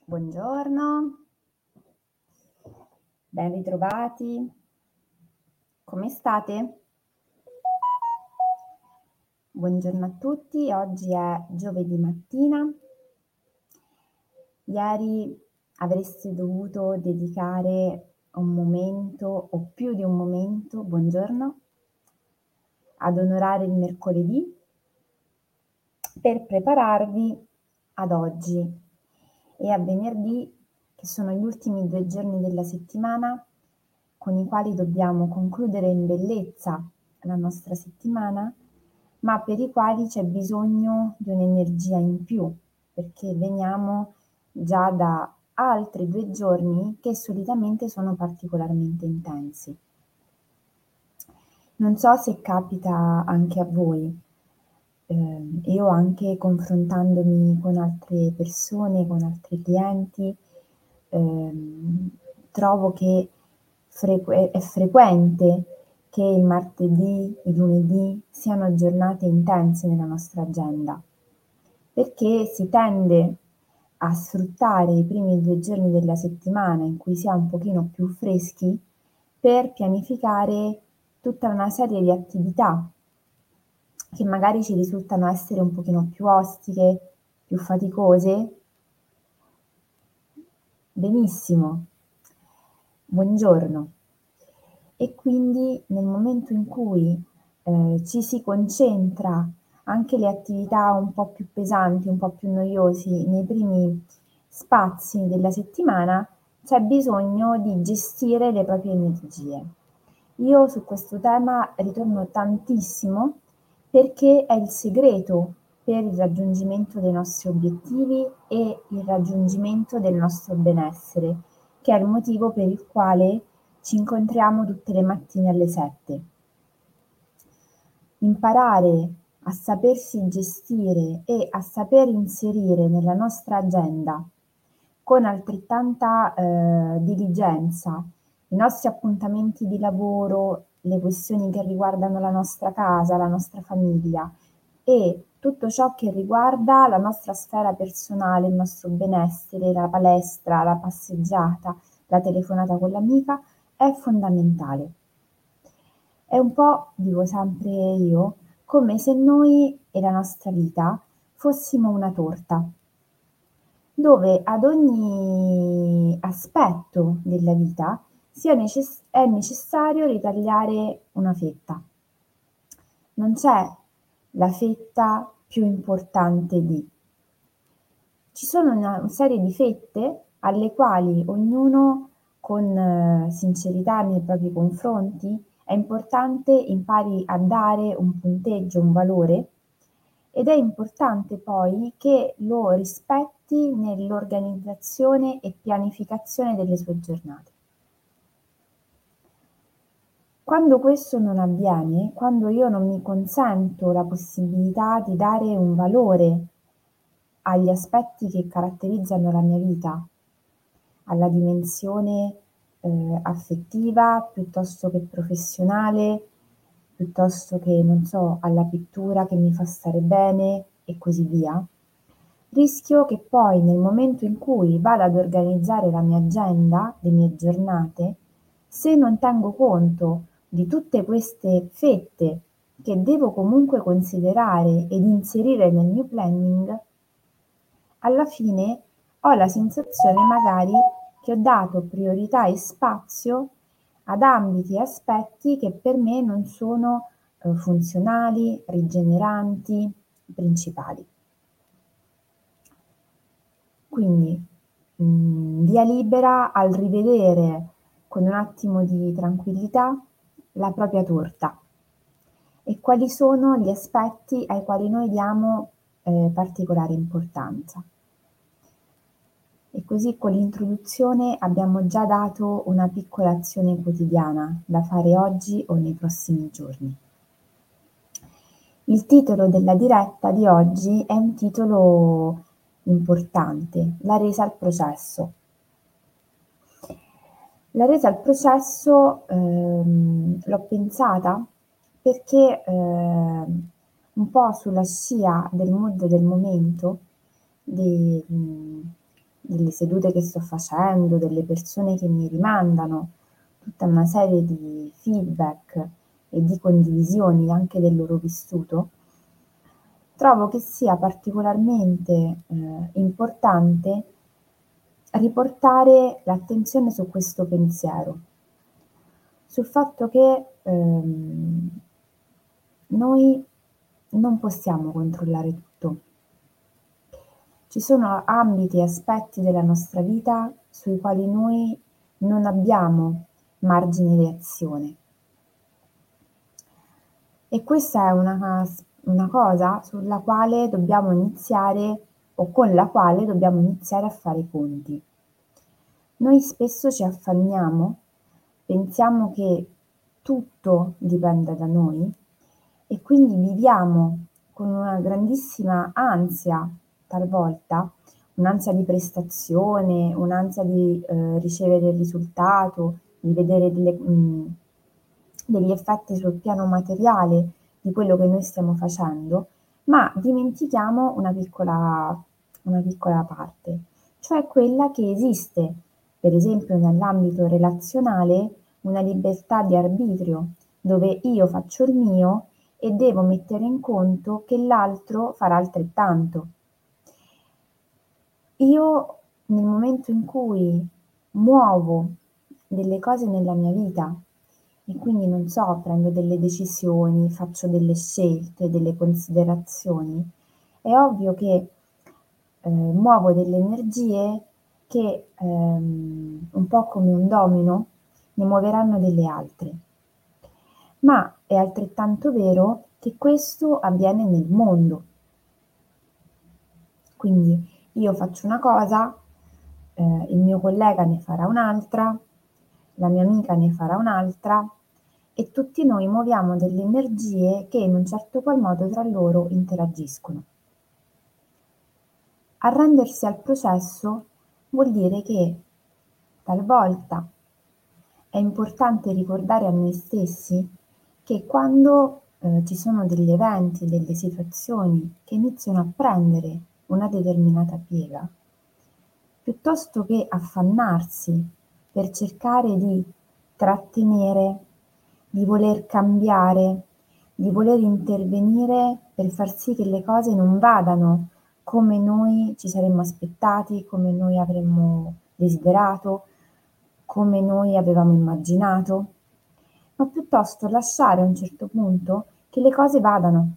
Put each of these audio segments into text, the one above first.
Buongiorno, ben ritrovati. Come state? Buongiorno a tutti, oggi è giovedì mattina. Ieri avreste dovuto dedicare un momento o più di un momento, buongiorno, ad onorare il mercoledì per prepararvi ad oggi e a venerdì, che sono gli ultimi 2 giorni della settimana con i quali dobbiamo concludere in bellezza la nostra settimana, ma per i quali c'è bisogno di un'energia in più, perché veniamo già da altri 2 giorni che solitamente sono particolarmente intensi. Non so se capita anche a voi. Io anche confrontandomi con altre persone, con altri clienti, ehm, trovo che è frequente che il martedì, il lunedì siano giornate intense nella nostra agenda, perché si tende a sfruttare i primi 2 giorni della settimana in cui si è un pochino più freschi per pianificare tutta una serie di attività che magari ci risultano essere un pochino più ostiche, più faticose. Benissimo, buongiorno. E quindi nel momento in cui ci si concentra anche le attività un po' più pesanti, un po' più noiosi nei primi spazi della settimana, c'è bisogno di gestire le proprie energie. Io su questo tema ritorno tantissimo perché è il segreto per il raggiungimento dei nostri obiettivi e il raggiungimento del nostro benessere, che è il motivo per il quale ci incontriamo tutte le mattine alle 7. Imparare a sapersi gestire e a saper inserire nella nostra agenda con altrettanta diligenza i nostri appuntamenti di lavoro, le questioni che riguardano la nostra casa, la nostra famiglia e tutto ciò che riguarda la nostra sfera personale, il nostro benessere, la palestra, la passeggiata, la telefonata con l'amica, è fondamentale. È un po', dico sempre io, come se noi e la nostra vita fossimo una torta, dove ad ogni aspetto della vita è necessario ritagliare una fetta. Non c'è la fetta più importante di. Ci sono una serie di fette alle quali ognuno con sincerità nei propri confronti è importante impari a dare un punteggio, un valore ed è importante poi che lo rispetti nell'organizzazione e pianificazione delle sue giornate. Quando questo non avviene, quando io non mi consento la possibilità di dare un valore agli aspetti che caratterizzano la mia vita, alla dimensione affettiva piuttosto che professionale, piuttosto che, non so, alla pittura che mi fa stare bene e così via, rischio che poi nel momento in cui vado ad organizzare la mia agenda, le mie giornate, se non tengo conto di tutte queste fette che devo comunque considerare ed inserire nel mio planning, alla fine ho la sensazione magari che ho dato priorità e spazio ad ambiti e aspetti che per me non sono funzionali, rigeneranti, principali. Quindi via libera al rivedere con un attimo di tranquillità la propria torta e quali sono gli aspetti ai quali noi diamo particolare importanza. E così con l'introduzione abbiamo già dato una piccola azione quotidiana da fare oggi o nei prossimi giorni. Il titolo della diretta di oggi è un titolo importante, la resa al processo. La resa al processo l'ho pensata perché un po' sulla scia del mood del momento, delle sedute che sto facendo, delle persone che mi rimandano, tutta una serie di feedback e di condivisioni anche del loro vissuto, trovo che sia particolarmente importante riportare l'attenzione su questo pensiero, sul fatto che noi non possiamo controllare tutto. Ci sono ambiti e aspetti della nostra vita sui quali noi non abbiamo margine di azione. E questa è una cosa sulla quale dobbiamo iniziare o con la quale dobbiamo iniziare a fare i conti. Noi spesso ci affanniamo, pensiamo che tutto dipenda da noi e quindi viviamo con una grandissima ansia, talvolta, un'ansia di prestazione, un'ansia di ricevere il risultato, di vedere degli effetti sul piano materiale di quello che noi stiamo facendo, ma dimentichiamo una piccola parte, cioè quella che esiste, per esempio nell'ambito relazionale, una libertà di arbitrio, dove io faccio il mio e devo mettere in conto che l'altro farà altrettanto. Io nel momento in cui muovo delle cose nella mia vita e quindi non so, prendo delle decisioni, faccio delle scelte, delle considerazioni, è ovvio che muovo delle energie che un po' come un domino ne muoveranno delle altre. Ma è altrettanto vero che questo avviene nel mondo. Quindi io faccio una cosa, il mio collega ne farà un'altra, la mia amica ne farà un'altra e tutti noi muoviamo delle energie che in un certo qual modo tra loro interagiscono. Arrendersi al processo vuol dire che talvolta è importante ricordare a noi stessi che quando ci sono degli eventi, delle situazioni che iniziano a prendere una determinata piega, piuttosto che affannarsi per cercare di trattenere, di voler cambiare, di voler intervenire per far sì che le cose non vadano come noi ci saremmo aspettati, come noi avremmo desiderato, come noi avevamo immaginato, ma piuttosto lasciare a un certo punto che le cose vadano.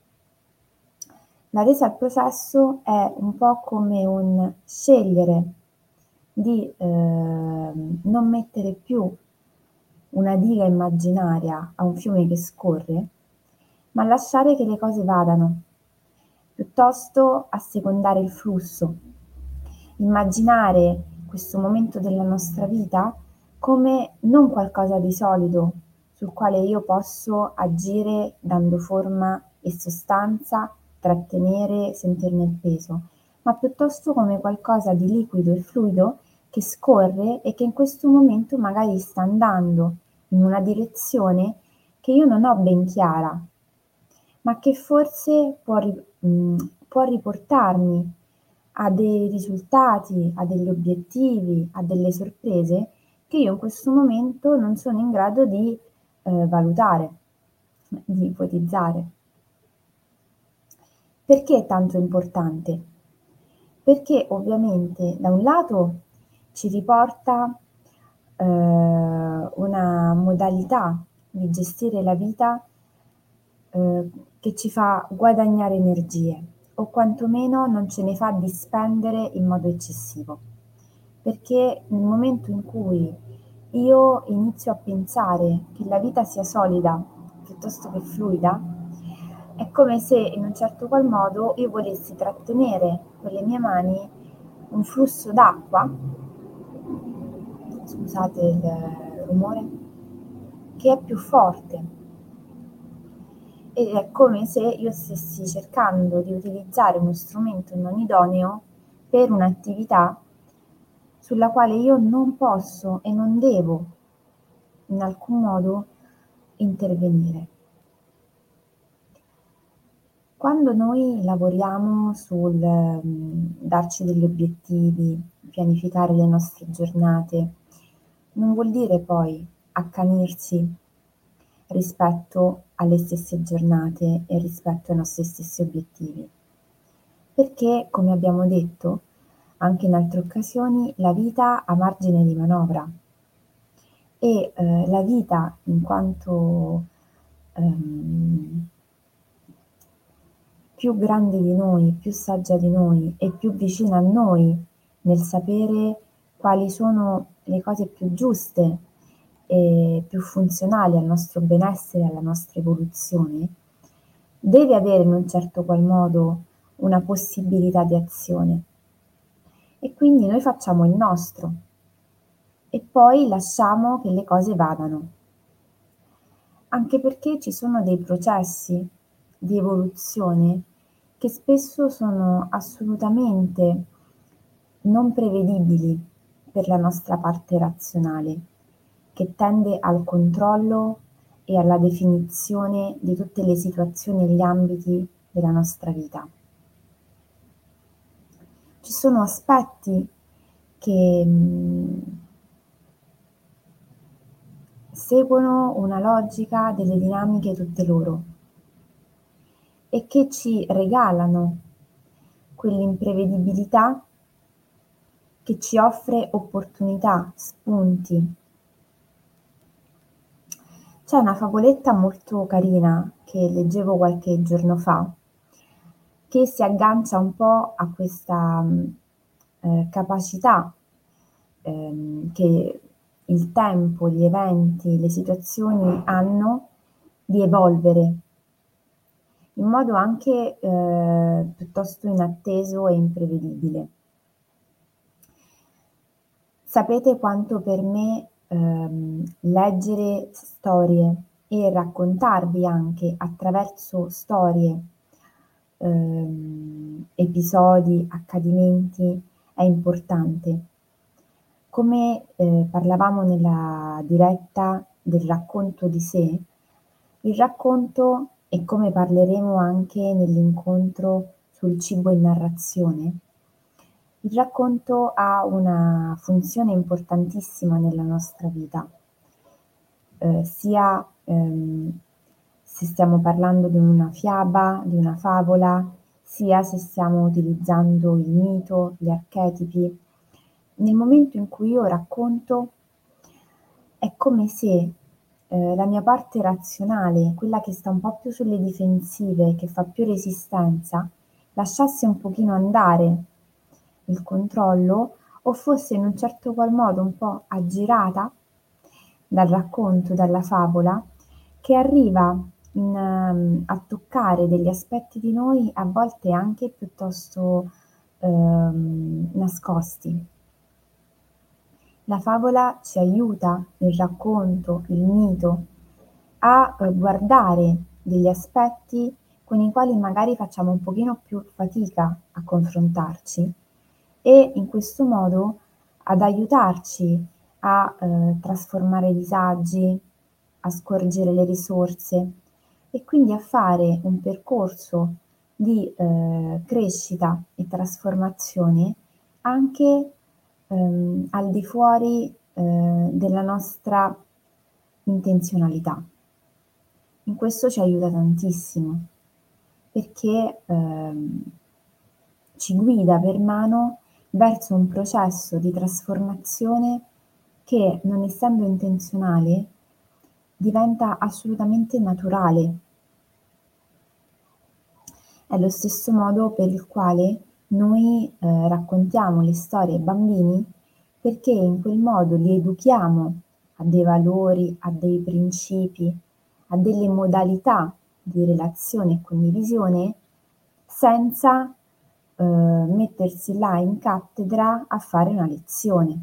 La resa al processo è un po' come un scegliere di non mettere più una diga immaginaria a un fiume che scorre, ma lasciare che le cose vadano, piuttosto assecondare il flusso. Immaginare questo momento della nostra vita come non qualcosa di solido sul quale io posso agire dando forma e sostanza, trattenere, sentirne il peso, ma piuttosto come qualcosa di liquido e fluido che scorre e che in questo momento magari sta andando in una direzione che io non ho ben chiara, ma che forse può riportarmi a dei risultati, a degli obiettivi, a delle sorprese che io in questo momento non sono in grado di valutare, di ipotizzare. Perché è tanto importante? Perché ovviamente da un lato ci riporta una modalità di gestire la vita che ci fa guadagnare energie o quantomeno non ce ne fa dispendere in modo eccessivo. Perché nel momento in cui io inizio a pensare che la vita sia solida piuttosto che fluida, è come se in un certo qual modo io volessi trattenere con le mie mani un flusso d'acqua, scusate il rumore, che è più forte ed è come se io stessi cercando di utilizzare uno strumento non idoneo per un'attività sulla quale io non posso e non devo in alcun modo intervenire. Quando noi lavoriamo sul, darci degli obiettivi, pianificare le nostre giornate, non vuol dire poi accanirsi rispetto alle stesse giornate e rispetto ai nostri stessi obiettivi. Perché, come abbiamo detto anche in altre occasioni, la vita ha margine di manovra e, la vita in quanto, ehm più grande di noi, più saggia di noi e più vicina a noi nel sapere quali sono le cose più giuste e più funzionali al nostro benessere e alla nostra evoluzione, deve avere in un certo qual modo una possibilità di azione. E quindi noi facciamo il nostro e poi lasciamo che le cose vadano. Anche perché ci sono dei processi di evoluzione che spesso sono assolutamente non prevedibili per la nostra parte razionale, che tende al controllo e alla definizione di tutte le situazioni e gli ambiti della nostra vita. Ci sono aspetti che seguono una logica delle dinamiche tutte loro e che ci regalano quell'imprevedibilità che ci offre opportunità, spunti. C'è una favoletta molto carina che leggevo qualche giorno fa, che si aggancia un po' a questa, capacità, che il tempo, gli eventi, le situazioni hanno di evolvere in modo anche, piuttosto inatteso e imprevedibile. Sapete quanto per me, leggere storie e raccontarvi anche attraverso storie, episodi, accadimenti è importante. Come, parlavamo nella diretta del racconto di sé, il racconto e come parleremo anche nell'incontro sul cibo in narrazione, il racconto ha una funzione importantissima nella nostra vita, sia, se stiamo parlando di una fiaba, di una favola, sia se stiamo utilizzando il mito, gli archetipi. Nel momento in cui io racconto, è come se, la mia parte razionale, quella che sta un po' più sulle difensive, che fa più resistenza, lasciasse un pochino andare il controllo o fosse in un certo qual modo un po' aggirata dal racconto, dalla favola, che arriva a toccare degli aspetti di noi a volte anche piuttosto nascosti. La favola ci aiuta, il racconto, il mito, a guardare degli aspetti con i quali magari facciamo un pochino più fatica a confrontarci e in questo modo ad aiutarci a trasformare i disagi, a scorgere le risorse e quindi a fare un percorso di crescita e trasformazione anche al di fuori della nostra intenzionalità. In questo ci aiuta tantissimo perché ci guida per mano verso un processo di trasformazione che, non essendo intenzionale, diventa assolutamente naturale. È lo stesso modo per il quale noi, raccontiamo le storie ai bambini, perché in quel modo li educhiamo a dei valori, a dei principi, a delle modalità di relazione e condivisione, senza, mettersi là in cattedra a fare una lezione.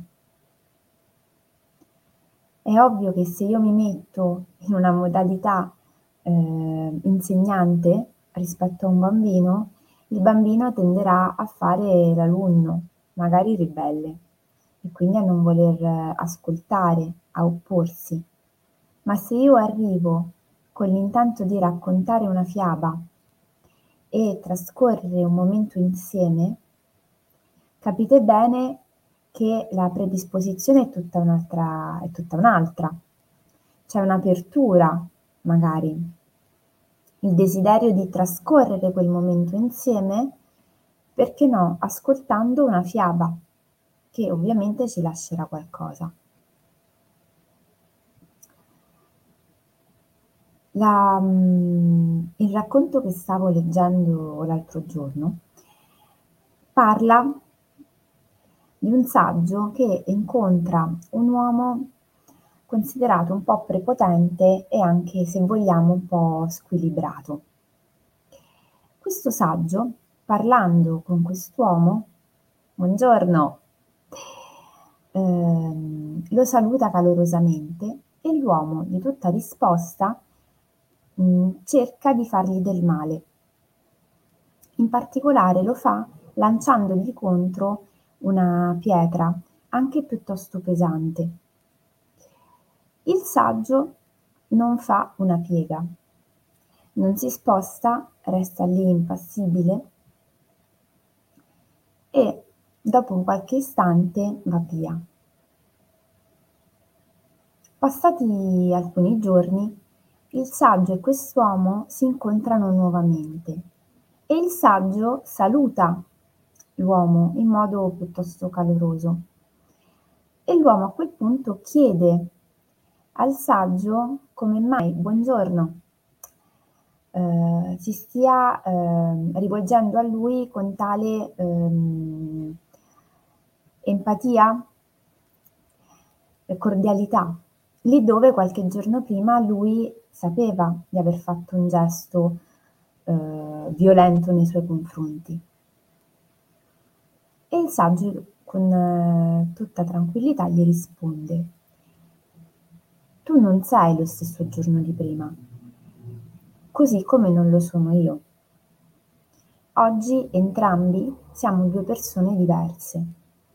È ovvio che se io mi metto in una modalità, insegnante rispetto a un bambino, il bambino tenderà a fare l'alunno, magari ribelle, e quindi a non voler ascoltare, a opporsi. Ma se io arrivo con l'intento di raccontare una fiaba e trascorrere un momento insieme, capite bene che la predisposizione è tutta un'altra. C'è un'apertura, magari, il desiderio di trascorrere quel momento insieme, perché no, ascoltando una fiaba, che ovviamente ci lascerà qualcosa. Il racconto che stavo leggendo l'altro giorno parla di un saggio che incontra un uomo considerato un po' prepotente e anche, se vogliamo, un po' squilibrato. Questo saggio, parlando con quest'uomo, buongiorno, lo saluta calorosamente e l'uomo, di tutta risposta, cerca di fargli del male. In particolare lo fa lanciandogli contro una pietra, anche piuttosto pesante. Il saggio non fa una piega, non si sposta, resta lì impassibile e dopo un qualche istante va via. Passati alcuni giorni, il saggio e quest'uomo si incontrano nuovamente e il saggio saluta l'uomo in modo piuttosto caloroso e l'uomo a quel punto chiede al saggio come mai buongiorno si stia rivolgendo a lui con tale empatia e cordialità, lì dove qualche giorno prima lui sapeva di aver fatto un gesto violento nei suoi confronti. E il saggio con tutta tranquillità gli risponde: tu non sei lo stesso giorno di prima, così come non lo sono io. Oggi entrambi siamo due persone diverse.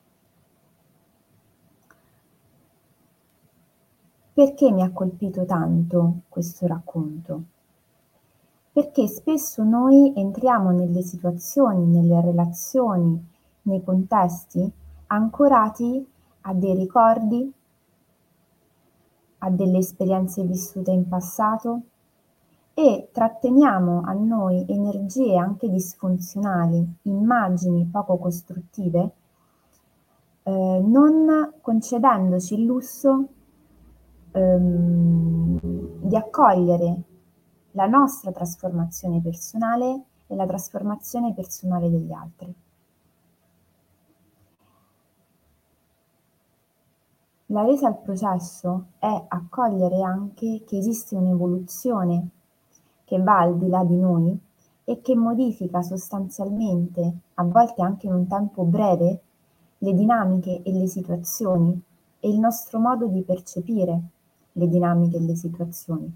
Perché mi ha colpito tanto questo racconto? Perché spesso noi entriamo nelle situazioni, nelle relazioni, nei contesti ancorati a dei ricordi, a delle esperienze vissute in passato e tratteniamo a noi energie anche disfunzionali, immagini poco costruttive, non concedendoci il lusso di accogliere la nostra trasformazione personale e la trasformazione personale degli altri. La resa al processo è accogliere anche che esiste un'evoluzione che va al di là di noi e che modifica sostanzialmente, a volte anche in un tempo breve, le dinamiche e le situazioni e il nostro modo di percepire le dinamiche e le situazioni.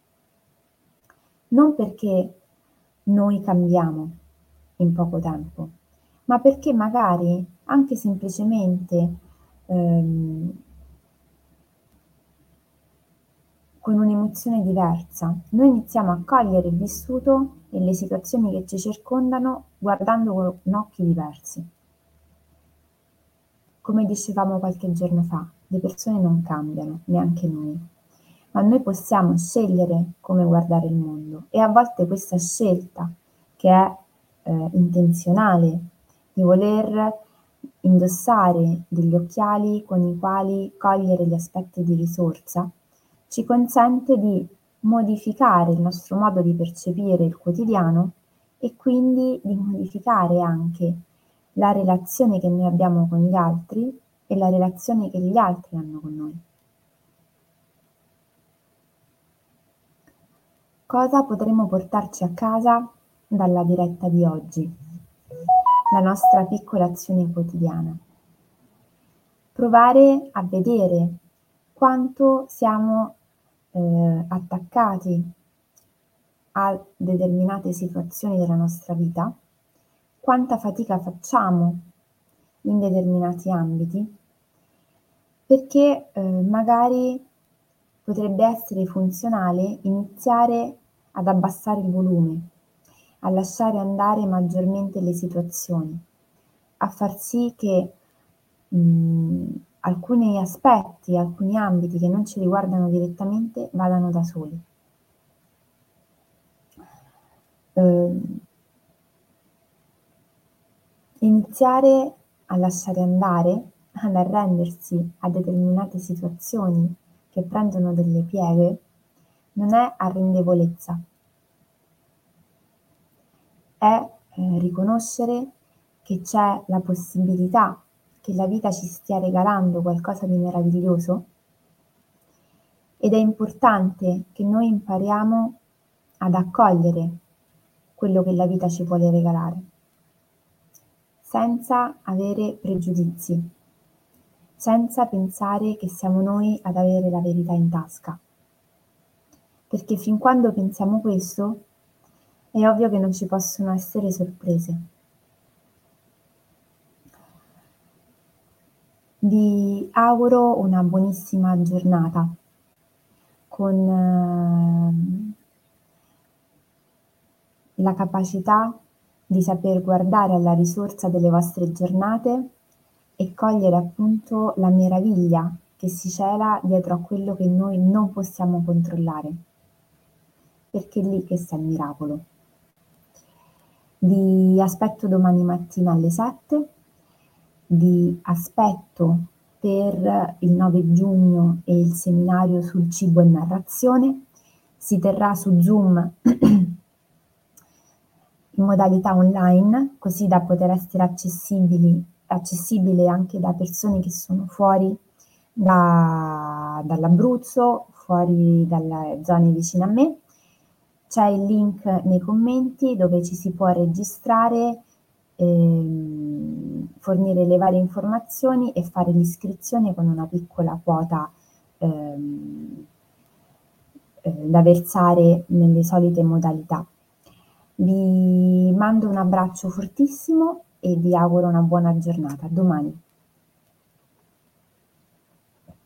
Non perché noi cambiamo in poco tempo, ma perché magari anche semplicemente con un'emozione diversa, noi iniziamo a cogliere il vissuto e le situazioni che ci circondano guardando con occhi diversi. Come dicevamo qualche giorno fa, le persone non cambiano, neanche noi, ma noi possiamo scegliere come guardare il mondo e a volte questa scelta, che è intenzionale, di voler indossare degli occhiali con i quali cogliere gli aspetti di risorsa, ci consente di modificare il nostro modo di percepire il quotidiano e quindi di modificare anche la relazione che noi abbiamo con gli altri e la relazione che gli altri hanno con noi. Cosa potremmo portarci a casa dalla diretta di oggi? La nostra piccola azione quotidiana. Provare a vedere quanto siamo attaccati a determinate situazioni della nostra vita, quanta fatica facciamo in determinati ambiti, perché magari potrebbe essere funzionale iniziare ad abbassare il volume, a lasciare andare maggiormente le situazioni, a far sì che alcuni aspetti, alcuni ambiti che non ci riguardano direttamente vadano da soli. Uhm, Iniziare a lasciare andare, ad arrendersi a determinate situazioni che prendono delle pieghe, non è arrendevolezza, è, riconoscere che c'è la possibilità che la vita ci stia regalando qualcosa di meraviglioso ed è importante che noi impariamo ad accogliere quello che la vita ci vuole regalare, senza avere pregiudizi, senza pensare che siamo noi ad avere la verità in tasca. Perché fin quando pensiamo questo, è ovvio che non ci possono essere sorprese. Vi auguro una buonissima giornata con la capacità di saper guardare alla risorsa delle vostre giornate e cogliere appunto la meraviglia che si cela dietro a quello che noi non possiamo controllare, perché è lì che sta il miracolo. Vi aspetto domani mattina alle 7, vi aspetto per il 9 giugno e il seminario sul cibo e narrazione. Si terrà su Zoom in modalità online, così da poter essere accessibile anche da persone che sono fuori dall'Abruzzo, fuori dalle zone vicine a me. C'è il link nei commenti dove ci si può registrare, fornire le varie informazioni e fare l'iscrizione con una piccola quota da versare nelle solite modalità. Vi mando un abbraccio fortissimo e vi auguro una buona giornata. A domani.